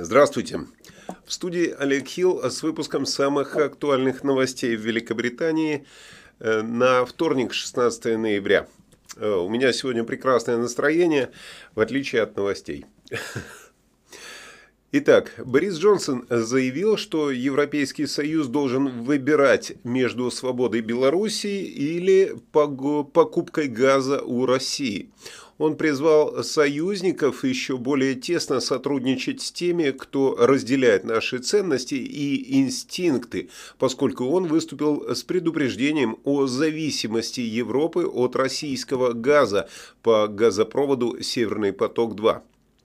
Здравствуйте. В студии Олег Хилл с выпуском самых актуальных новостей в Великобритании на вторник, 16 ноября. У меня сегодня прекрасное настроение, в отличие от новостей. Итак, Борис Джонсон заявил, что Европейский Союз должен выбирать между свободой Белоруссии или покупкой газа у России. Он призвал союзников еще более тесно сотрудничать с теми, кто разделяет наши ценности и инстинкты, поскольку он выступил с предупреждением о зависимости Европы от российского газа по газопроводу «Северный поток-2».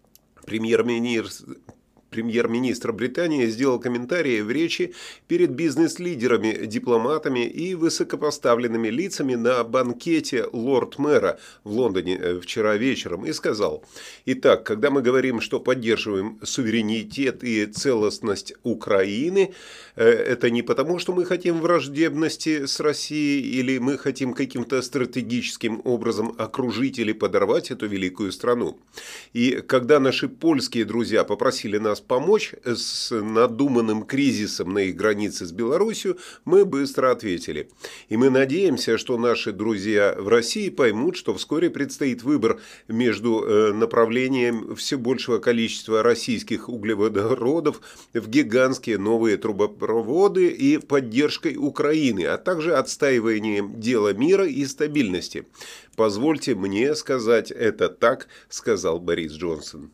Премьер-министр Британии сделал комментарии в речи перед бизнес-лидерами, дипломатами и высокопоставленными лицами на банкете лорд-мэра в Лондоне вчера вечером и сказал: «Итак, когда мы говорим, что поддерживаем суверенитет и целостность Украины, это не потому, что мы хотим враждебности с Россией или мы хотим каким-то стратегическим образом окружить или подорвать эту великую страну. И когда наши польские друзья попросили нас помочь с надуманным кризисом на их границе с Беларусью, мы быстро ответили. И мы надеемся, что наши друзья в России поймут, что вскоре предстоит выбор между направлением все большего количества российских углеводородов в гигантские новые трубопроводы и поддержкой Украины, а также отстаиванием дела мира и стабильности. Позвольте мне сказать это так», — сказал Борис Джонсон.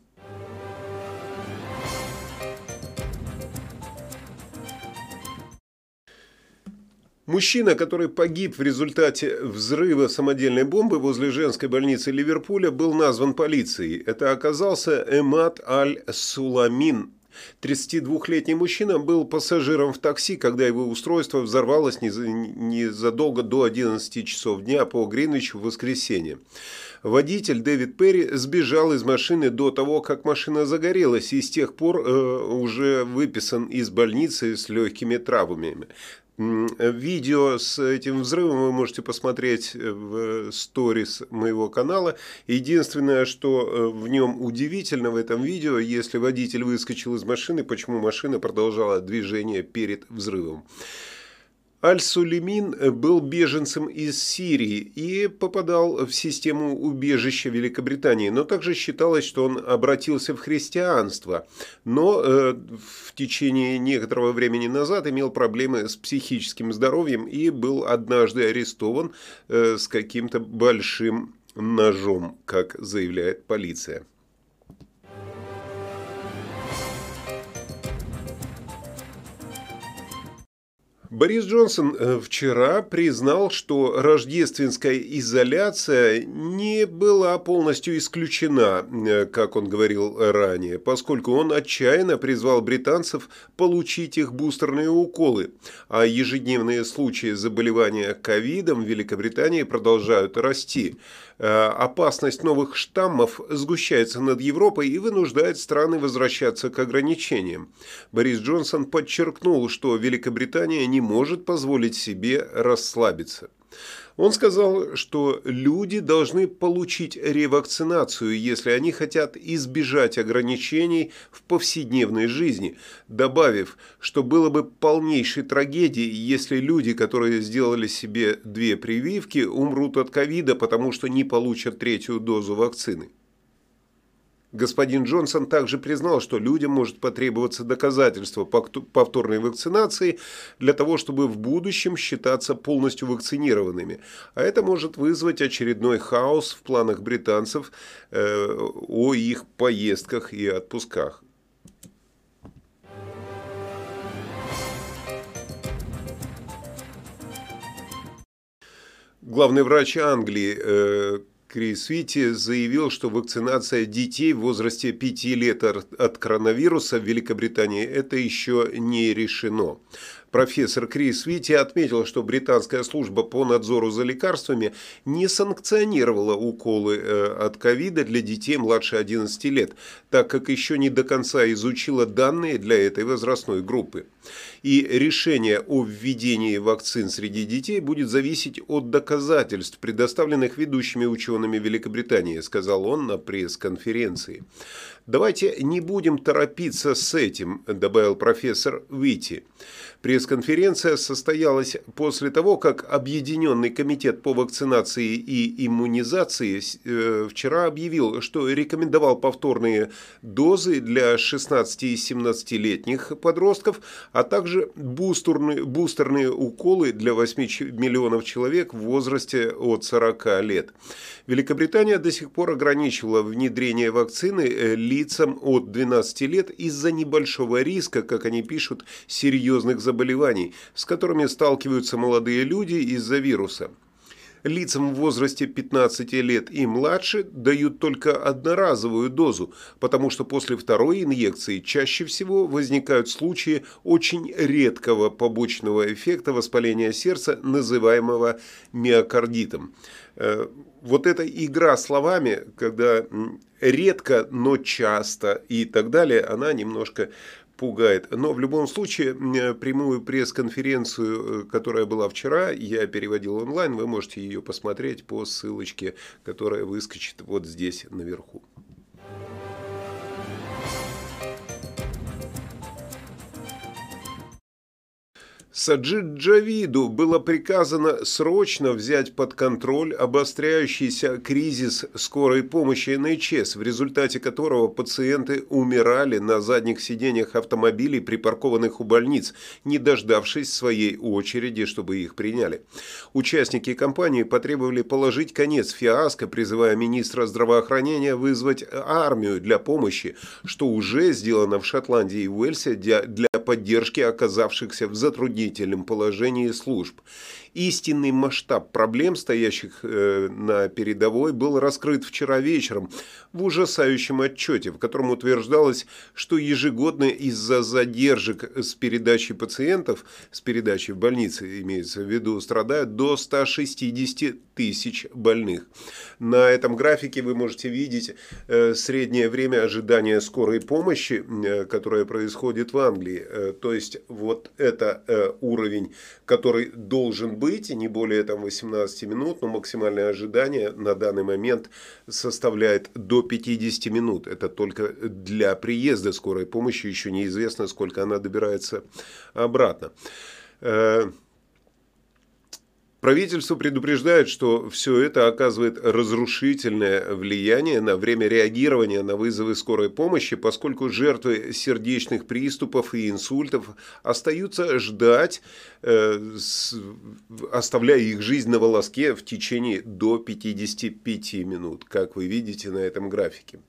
Мужчина, который погиб в результате взрыва самодельной бомбы возле женской больницы Ливерпуля, был назван полицией. Это оказался Эмад Аль-Суламин. 32-летний мужчина был пассажиром в такси, когда его устройство взорвалось незадолго до 11 часов дня по Гринвичу в воскресенье. Водитель Дэвид Перри сбежал из машины до того, как машина загорелась, и с тех пор уже выписан из больницы с легкими травмами. Видео с этим взрывом вы можете посмотреть в сторис моего канала. Единственное, что в нем удивительно в этом видео, если водитель выскочил из машины, почему машина продолжала движение перед взрывом. Аль-Сулеймин был беженцем из Сирии и попадал в систему убежища Великобритании, но также считалось, что он обратился в христианство, но в течение некоторого времени назад имел проблемы с психическим здоровьем и был однажды арестован с каким-то большим ножом, как заявляет полиция. Борис Джонсон вчера признал, что рождественская изоляция не была полностью исключена, как он говорил ранее, поскольку он отчаянно призвал британцев получить их бустерные уколы, а ежедневные случаи заболевания ковидом в Великобритании продолжают расти. Опасность новых штаммов сгущается над Европой и вынуждает страны возвращаться к ограничениям. Борис Джонсон подчеркнул, что Великобритания не может позволить себе расслабиться. Он сказал, что люди должны получить ревакцинацию, если они хотят избежать ограничений в повседневной жизни, добавив, что было бы полнейшей трагедией, если люди, которые сделали себе 2 прививки, умрут от ковида, потому что не получат 3-ю дозу вакцины. Господин Джонсон также признал, что людям может потребоваться доказательство повторной вакцинации для того, чтобы в будущем считаться полностью вакцинированными. А это может вызвать очередной хаос в планах британцев о их поездках и отпусках. Главный врач Англии Крис Витти заявил, что вакцинация детей в возрасте 5 лет от коронавируса в Великобритании это еще не решено. Профессор Крис Витти отметил, что британская служба по надзору за лекарствами не санкционировала уколы от ковида для детей младше 11 лет, так как еще не до конца изучила данные для этой возрастной группы. И решение о введении вакцин среди детей будет зависеть от доказательств, предоставленных ведущими учеными Великобритании, сказал он на пресс-конференции. Давайте не будем торопиться с этим, добавил профессор Уитти. Пресс-конференция состоялась после того, как Объединенный комитет по вакцинации и иммунизации вчера объявил, что рекомендовал повторные дозы для 16 и 17-летних подростков, а также бустерные уколы для 8 миллионов человек в возрасте от 40 лет. Великобритания до сих пор ограничивала внедрение вакцины лицам от 12 лет из-за небольшого риска, как они пишут, серьезных заболеваний, с которыми сталкиваются молодые люди из-за вируса. Лицам в возрасте 15 лет и младше дают только одноразовую дозу, потому что после второй инъекции чаще всего возникают случаи очень редкого побочного эффекта воспаления сердца, называемого миокардитом. Вот эта игра словами, когда редко, но часто и так далее, она немножко пугает. Но в любом случае, прямую пресс-конференцию, которая была вчера, я переводил онлайн, вы можете ее посмотреть по ссылочке, которая выскочит вот здесь наверху. Саджид Джавиду было приказано срочно взять под контроль обостряющийся кризис скорой помощи НХС, в результате которого пациенты умирали на задних сиденьях автомобилей, припаркованных у больниц, не дождавшись своей очереди, чтобы их приняли. Участники кампании потребовали положить конец фиаско, призывая министра здравоохранения вызвать армию для помощи, что уже сделано в Шотландии и Уэльсе для поддержки оказавшихся в затруднительном положении служб. Истинный масштаб проблем, стоящих на передовой, был раскрыт вчера вечером в ужасающем отчете, в котором утверждалось, что ежегодно из-за задержек с передачей пациентов, с передачей в больнице, имеется в виду, страдают до 160 тысяч больных. На этом графике вы можете видеть среднее время ожидания скорой помощи, которое происходит в Англии. То есть вот это уровень, который должен быть, не более 18 минут, но максимальное ожидание на данный момент составляет до 50 минут. Это только для приезда скорой помощи, еще неизвестно, сколько она добирается обратно. Правительство предупреждает, что все это оказывает разрушительное влияние на время реагирования на вызовы скорой помощи, поскольку жертвы сердечных приступов и инсультов остаются ждать, оставляя их жизнь на волоске в течение до 55 минут, как вы видите на этом графике.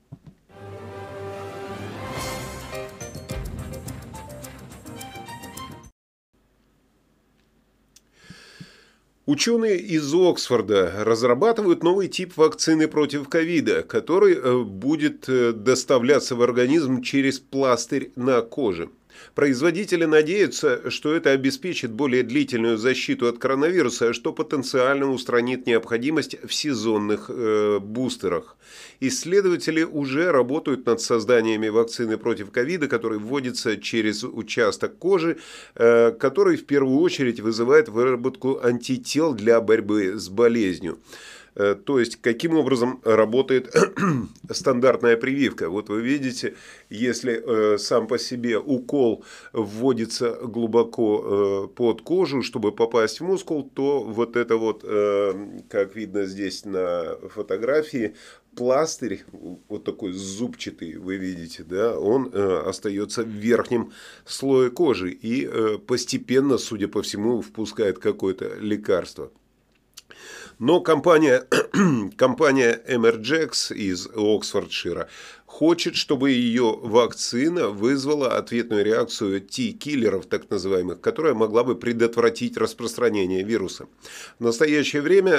Ученые из Оксфорда разрабатывают новый тип вакцины против ковида, который будет доставляться в организм через пластырь на коже. Производители надеются, что это обеспечит более длительную защиту от коронавируса, что потенциально устранит необходимость в сезонных бустерах. Исследователи уже работают над созданиями вакцины против ковида, которая вводится через участок кожи, который в первую очередь вызывает выработку антител для борьбы с болезнью. То есть, каким образом работает стандартная прививка. Вот вы видите, если сам по себе укол вводится глубоко под кожу, чтобы попасть в мускул, то вот это вот, как видно здесь на фотографии, пластырь, вот такой зубчатый, вы видите, да, он остается в верхнем слое кожи и постепенно, судя по всему, впускает какое-то лекарство. Но компания Emergex из Оксфордшира хочет, чтобы ее вакцина вызвала ответную реакцию T-киллеров, так называемых, которая могла бы предотвратить распространение вируса. В настоящее время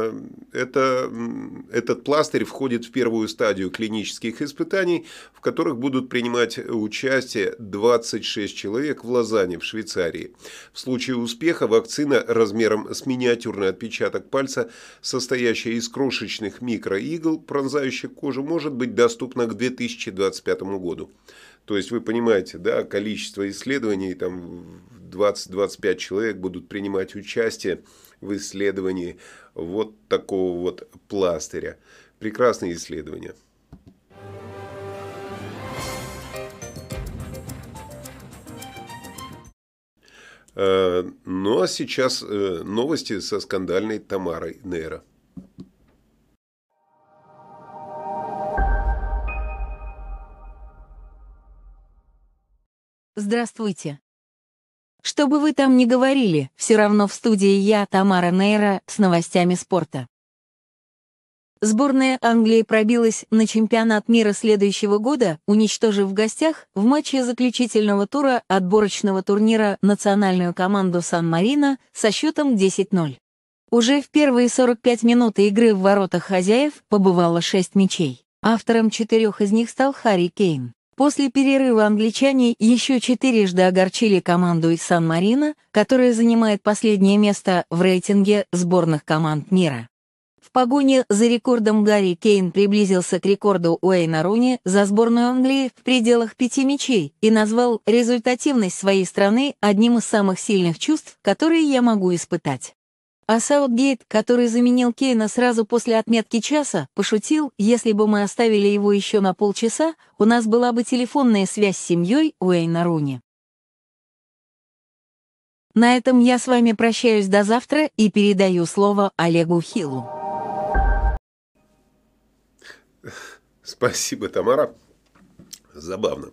этот пластырь входит в первую стадию клинических испытаний, в которых будут принимать участие 26 человек в Лозанне, в Швейцарии. В случае успеха вакцина размером с миниатюрный отпечаток пальца, состоящая из крошечных микроигл, пронзающих кожу, может быть доступна к 2025 году. То есть вы понимаете, да, количество исследований, там 20-25 человек будут принимать участие в исследовании вот такого вот пластыря. Прекрасные исследования. Ну а сейчас новости со скандальной Тамарой Нейро. Здравствуйте. Что бы вы там ни говорили, все равно в студии я, Тамара Нейро, с новостями спорта. Сборная Англии пробилась на чемпионат мира следующего года, уничтожив в гостях в матче заключительного тура отборочного турнира национальную команду Сан-Марино со счетом 10-0. Уже в первые 45 минут игры в воротах хозяев побывало 6 мячей. Автором 4 из них стал Харри Кейн. После перерыва англичане еще 4-жды огорчили команду из Сан-Марино, которая занимает последнее место в рейтинге сборных команд мира. В погоне за рекордом Гарри Кейн приблизился к рекорду Уэйна Руни за сборную Англии в пределах 5 мячей и назвал результативность своей страны одним из самых сильных чувств, которые я могу испытать. А Саутгейт, который заменил Кейна сразу после отметки часа, пошутил, если бы мы оставили его еще на полчаса, у нас была бы телефонная связь с семьей Уэйна Руни. На этом я с вами прощаюсь до завтра и передаю слово Олегу Хиллу. Спасибо, Тамара. Забавно.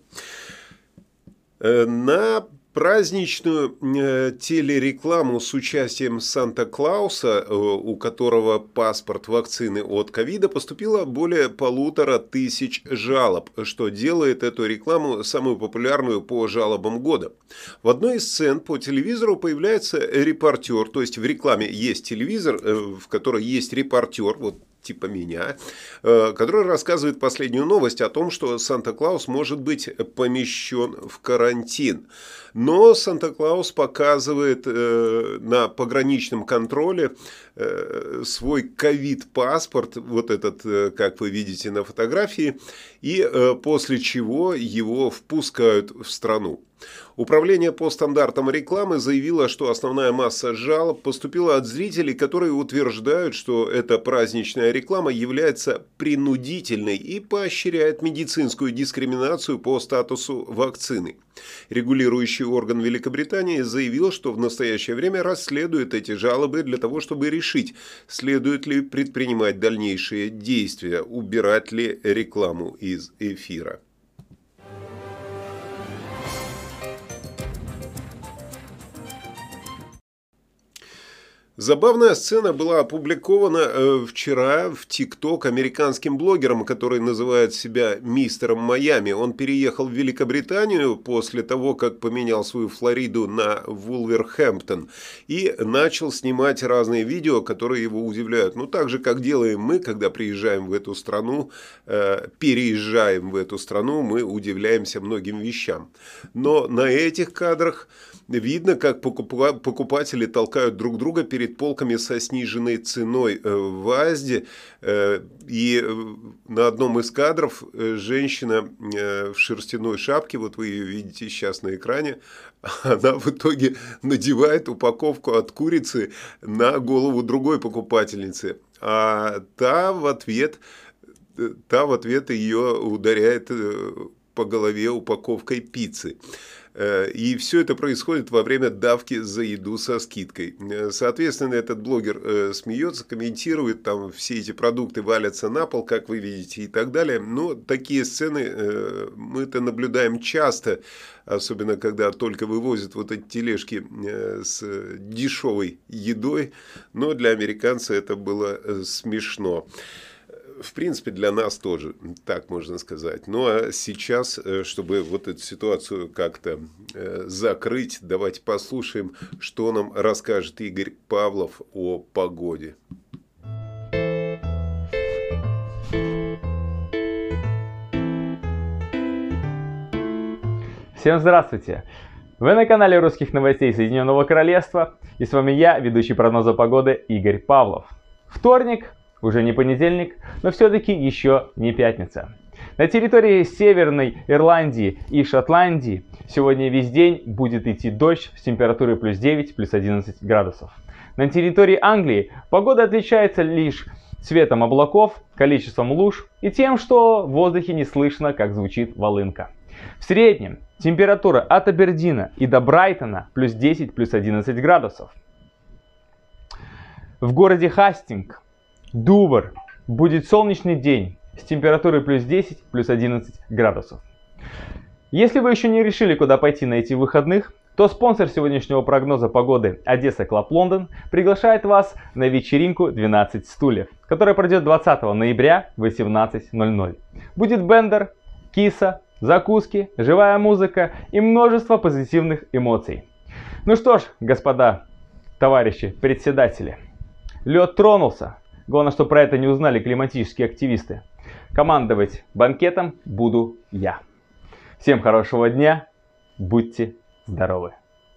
На праздничную телерекламу с участием Санта-Клауса, у которого паспорт вакцины от ковида, поступило более 1500 жалоб, что делает эту рекламу самую популярную по жалобам года. В одной из сцен по телевизору появляется репортер, то есть в рекламе есть телевизор, в котором есть репортер, вот типа меня, который рассказывает последнюю новость о том, что Санта-Клаус может быть помещен в карантин. Но Санта-Клаус показывает на пограничном контроле свой ковид-паспорт, вот этот, как вы видите на фотографии, и после чего его впускают в страну. Управление по стандартам рекламы заявило, что основная масса жалоб поступила от зрителей, которые утверждают, что эта праздничная реклама является принудительной и поощряет медицинскую дискриминацию по статусу вакцины. Регулирующий орган Великобритании заявил, что в настоящее время расследует эти жалобы для того, чтобы решить, следует ли предпринимать дальнейшие действия, убирать ли рекламу из эфира. Забавная сцена была опубликована вчера в ТикТок американским блогером, который называет себя мистером Майами. Он переехал в Великобританию после того, как поменял свою Флориду на Вулверхэмптон и начал снимать разные видео, которые его удивляют. Ну, так же, как делаем мы, когда приезжаем в эту страну, переезжаем в эту страну, мы удивляемся многим вещам. Но на этих кадрах видно, как покупатели толкают друг друга перед полками со сниженной ценой в Асде. И на одном из кадров женщина в шерстяной шапке, вот вы ее видите сейчас на экране, она в итоге надевает упаковку от курицы на голову другой покупательницы. А та в ответ ее ударяет по голове упаковкой пиццы. И все это происходит во время давки за еду со скидкой. Соответственно, этот блогер смеется, комментирует, там все эти продукты валятся на пол, как вы видите, и так далее. Но такие сцены мы-то наблюдаем часто, особенно когда только вывозят вот эти тележки с дешевой едой. Но для американца это было смешно. В принципе, для нас тоже, так можно сказать. Ну, а сейчас, чтобы вот эту ситуацию как-то закрыть, давайте послушаем, что нам расскажет Игорь Павлов о погоде. Всем здравствуйте! Вы на канале русских новостей Соединенного Королевства, и с вами я, ведущий прогноза погоды Игорь Павлов. Вторник. Уже не понедельник, но все-таки еще не пятница. На территории Северной Ирландии и Шотландии сегодня весь день будет идти дождь с температурой плюс 9, плюс 11 градусов. На территории Англии погода отличается лишь цветом облаков, количеством луж и тем, что в воздухе не слышно, как звучит волынка. В среднем температура от Абердина и до Брайтона плюс 10, плюс 11 градусов. В городе Хастинг, Дувр, будет солнечный день с температурой плюс 10, плюс 11 градусов. Если вы еще не решили, куда пойти на этих выходных, то спонсор сегодняшнего прогноза погоды Одесса Клаб Лондон приглашает вас на вечеринку 12 стульев, которая пройдет 20 ноября в 18:00. Будет бендер, киса, закуски, живая музыка и множество позитивных эмоций. Ну что ж, господа, товарищи, председатели, лед тронулся. Главное, что про это не узнали климатические активисты. Командовать банкетом буду я. Всем хорошего дня, будьте здоровы.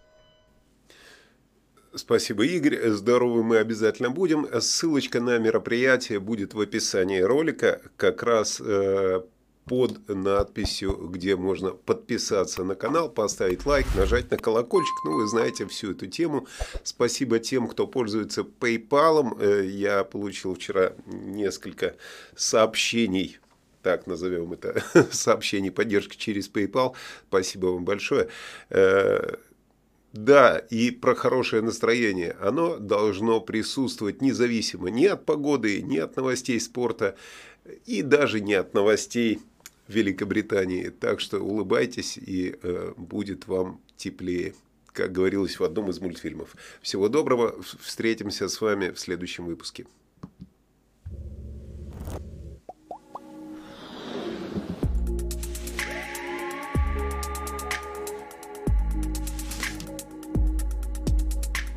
Спасибо, Игорь. Здоровы мы обязательно будем. Ссылочка на мероприятие будет в описании ролика, как раз под надписью, где можно подписаться на канал, поставить лайк, нажать на колокольчик. Ну, вы знаете всю эту тему. Спасибо тем, кто пользуется PayPal. Я получил вчера несколько сообщений, так назовем это, сообщений поддержки через PayPal. Спасибо вам большое. Да, и про хорошее настроение. Оно должно присутствовать независимо ни от погоды, ни от новостей спорта, и даже не от новостей Великобритании. Так что улыбайтесь, и будет вам теплее, как говорилось в одном из мультфильмов. Всего доброго, встретимся с вами в следующем выпуске.